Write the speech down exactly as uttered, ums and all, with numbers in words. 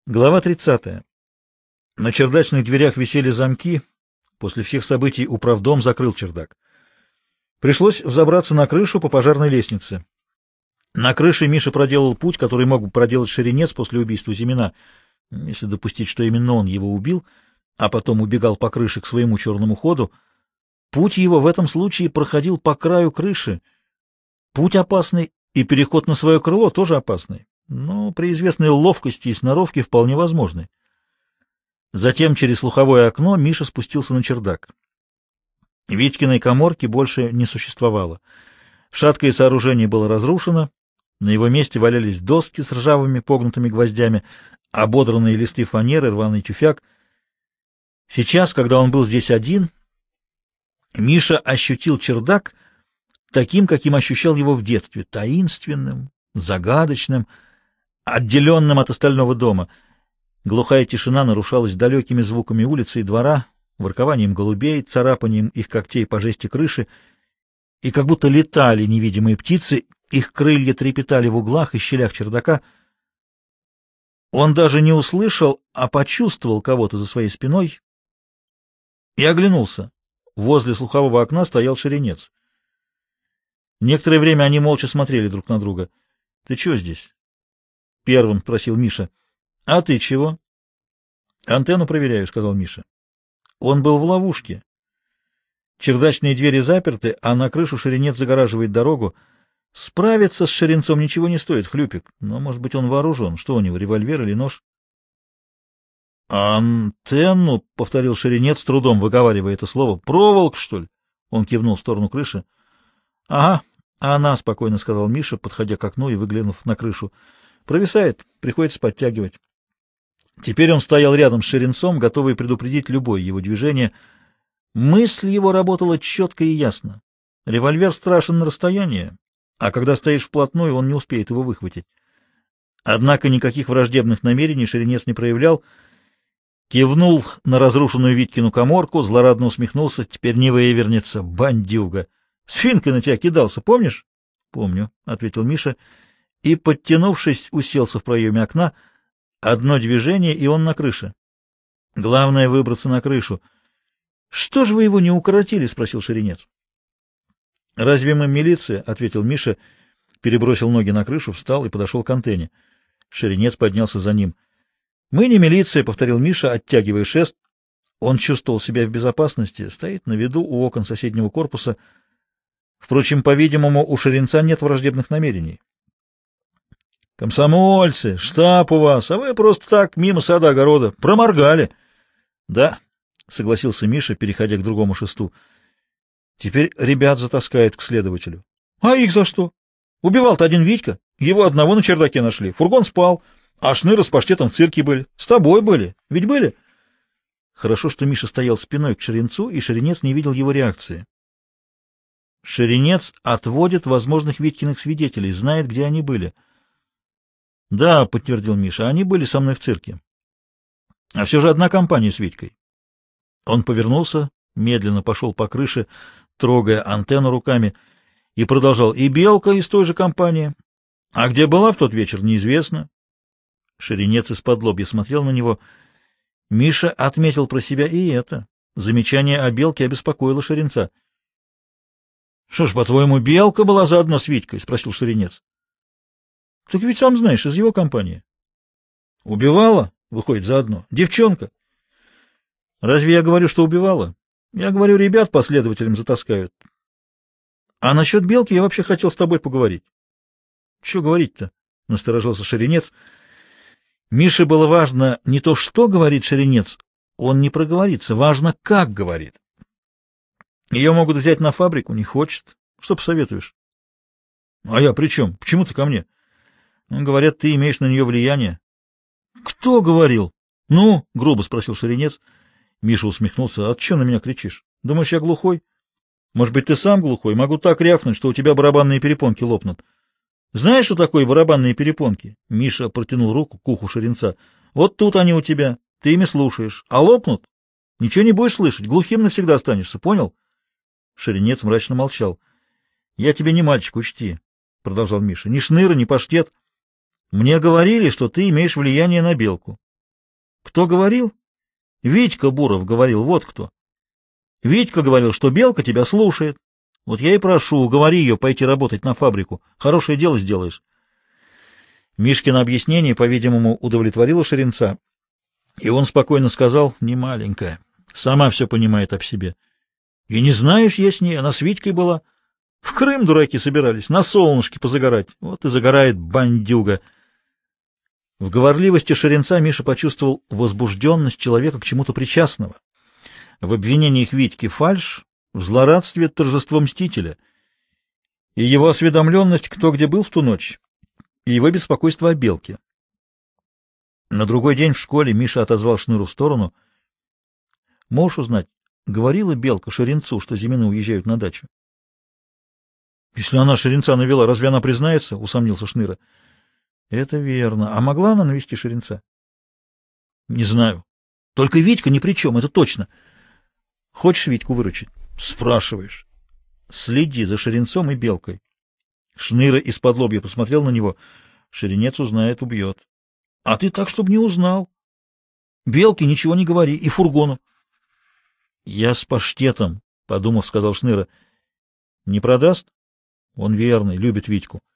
Глава тридцатая. На чердачных дверях висели замки. После всех событий управдом закрыл чердак. Пришлось взобраться на крышу по пожарной лестнице. На крыше Миша проделал путь, который мог бы проделать Шеренец после убийства Зимина, если допустить, что именно он его убил, а потом убегал по крыше к своему черному ходу. Путь его в этом случае проходил по краю крыши. Путь опасный, и переход на свое крыло тоже опасный, но при известной ловкости и сноровке вполне возможный. Затем через слуховое окно Миша спустился на чердак. Витькиной каморки больше не существовало. Шаткое сооружение было разрушено, на его месте валялись доски с ржавыми погнутыми гвоздями, ободранные листы фанеры, рваный тюфяк. Сейчас, когда он был здесь один, Миша ощутил чердак таким, каким ощущал его в детстве, таинственным, загадочным, отделенным от остального дома. Глухая тишина нарушалась далекими звуками улицы и двора, воркованием голубей, царапанием их когтей по жести крыши, и как будто летали невидимые птицы, их крылья трепетали в углах и щелях чердака. Он даже не услышал, а почувствовал кого-то за своей спиной и оглянулся. Возле слухового окна стоял Шеренец. Некоторое время они молча смотрели друг на друга. — Ты чего здесь? — первым спросил Миша. — А ты чего? — Антенну проверяю, — сказал Миша. Он был в ловушке. Чердачные двери заперты, а на крышу Шеренец загораживает дорогу. Справиться с Шеренцом ничего не стоит, Хлюпик, но, может быть, он вооружен. Что у него, револьвер или нож? — Антенну, — повторил Шеренец, с трудом выговаривая это слово. — Проволок, что ли? Он кивнул в сторону крыши. — Ага, а она, — спокойно сказал Миша, подходя к окну и выглянув на крышу. — Провисает, приходится подтягивать. Теперь он стоял рядом с Шеренцом, готовый предупредить любое его движение. Мысль его работала четко и ясно. Револьвер страшен на расстоянии, а когда стоишь вплотную, он не успеет его выхватить. Однако никаких враждебных намерений Шеренец не проявлял. Кивнул на разрушенную Витькину каморку, злорадно усмехнулся. Теперь не вывернется, бандюга. С финкой на тебя кидался, помнишь? — Помню, — ответил Миша, и, подтянувшись, уселся в проеме окна. Одно движение, и он на крыше. Главное — выбраться на крышу. — Что же вы его не укоротили? — спросил Шеренец. — Разве мы милиция? — ответил Миша, перебросил ноги на крышу, встал и подошел к антенне. Шеренец поднялся за ним. — Мы не милиция, — повторил Миша, оттягивая шест. Он чувствовал себя в безопасности, стоит на виду у окон соседнего корпуса. Впрочем, по-видимому, у Шеренца нет враждебных намерений. — Комсомольцы, штаб у вас, а вы просто так, мимо сада-огорода, проморгали. — Да, — согласился Миша, переходя к другому шесту. — Теперь ребят затаскают к следователю. — А их за что? Убивал-то один Витька, его одного на чердаке нашли, фургон спал, а шныры с паштетом в цирке были. С тобой были, ведь были? Хорошо, что Миша стоял спиной к Шеренцу, и Шеренец не видел его реакции. Шеренец отводит возможных Витькиных свидетелей, знает, где они были. — Да, — подтвердил Миша, — они были со мной в цирке. А все же одна компания с Витькой. Он повернулся, медленно пошел по крыше, трогая антенну руками, и продолжал. И Белка из той же компании. А где была в тот вечер, неизвестно. Шеренец из-под-лобья смотрел на него. Миша отметил про себя и это. Замечание о Белке обеспокоило Шеренца. — Что ж, по-твоему, Белка была заодно с Витькой? — спросил Шеренец. — Так ведь сам знаешь, из его компании. — Убивала? Выходит, заодно. Девчонка. — Разве я говорю, что убивала? Я говорю, ребят последователям затаскают. А насчет Белки я вообще хотел с тобой поговорить. — Что говорить-то? — насторожился Шеренец. Мише было важно не то, что говорит Шеренец, он не проговорится, важно, как говорит. Ее могут взять на фабрику, не хочет. Что посоветуешь? — А я при чем? Почему ты ко мне? Ну, — Говорят, ты имеешь на нее влияние. — Кто говорил? — Ну, — грубо спросил Шеренец. Миша усмехнулся. — А ты что на меня кричишь? Думаешь, я глухой? Может быть, ты сам глухой? Могу так рявкнуть, что у тебя барабанные перепонки лопнут. Знаешь, что такое барабанные перепонки? Миша протянул руку к уху Шеренца. — Вот тут они у тебя. Ты ими слушаешь. А лопнут? Ничего не будешь слышать. Глухим навсегда останешься. Понял? Шеренец мрачно молчал. — Я тебе не мальчик, учти, — продолжал Миша. — Ни шныра, ни паштет. Мне говорили, что ты имеешь влияние на Белку. Кто говорил? Витька Буров говорил, вот кто. Витька говорил, что Белка тебя слушает. Вот я и прошу, уговори ее пойти работать на фабрику. Хорошее дело сделаешь. Мишкино объяснение, по-видимому, удовлетворило Шеренца, и он спокойно сказал: не маленькая, сама все понимает об себе. И не знаюсь я с ней, она с Витькой была. В Крым дураки собирались, на солнышке позагорать. Вот и загорает бандюга. В говорливости Шеренца Миша почувствовал возбужденность человека к чему-то причастного. В обвинениях Витьки фальшь, в злорадстве торжество мстителя. И его осведомленность, кто где был в ту ночь, и его беспокойство о Белке. На другой день в школе Миша отозвал Шныру в сторону. — Можешь узнать, говорила Белка Шеренцу, что Зимины уезжают на дачу? — Если она Шеренца навела, разве она признается? — усомнился Шныра. — Это верно. А могла она навести Шеренца? — Не знаю. Только Витька ни при чем, это точно. — Хочешь Витьку выручить? — Спрашиваешь. — Следи за Шеренцом и Белкой. Шныра из-под лобья посмотрел на него. Шеренец узнает, убьет. — А ты так, чтобы не узнал. Белке ничего не говори, и фургону. — Я с паштетом, — подумав, сказал Шныра. — Не продаст? Он верный, любит Витьку.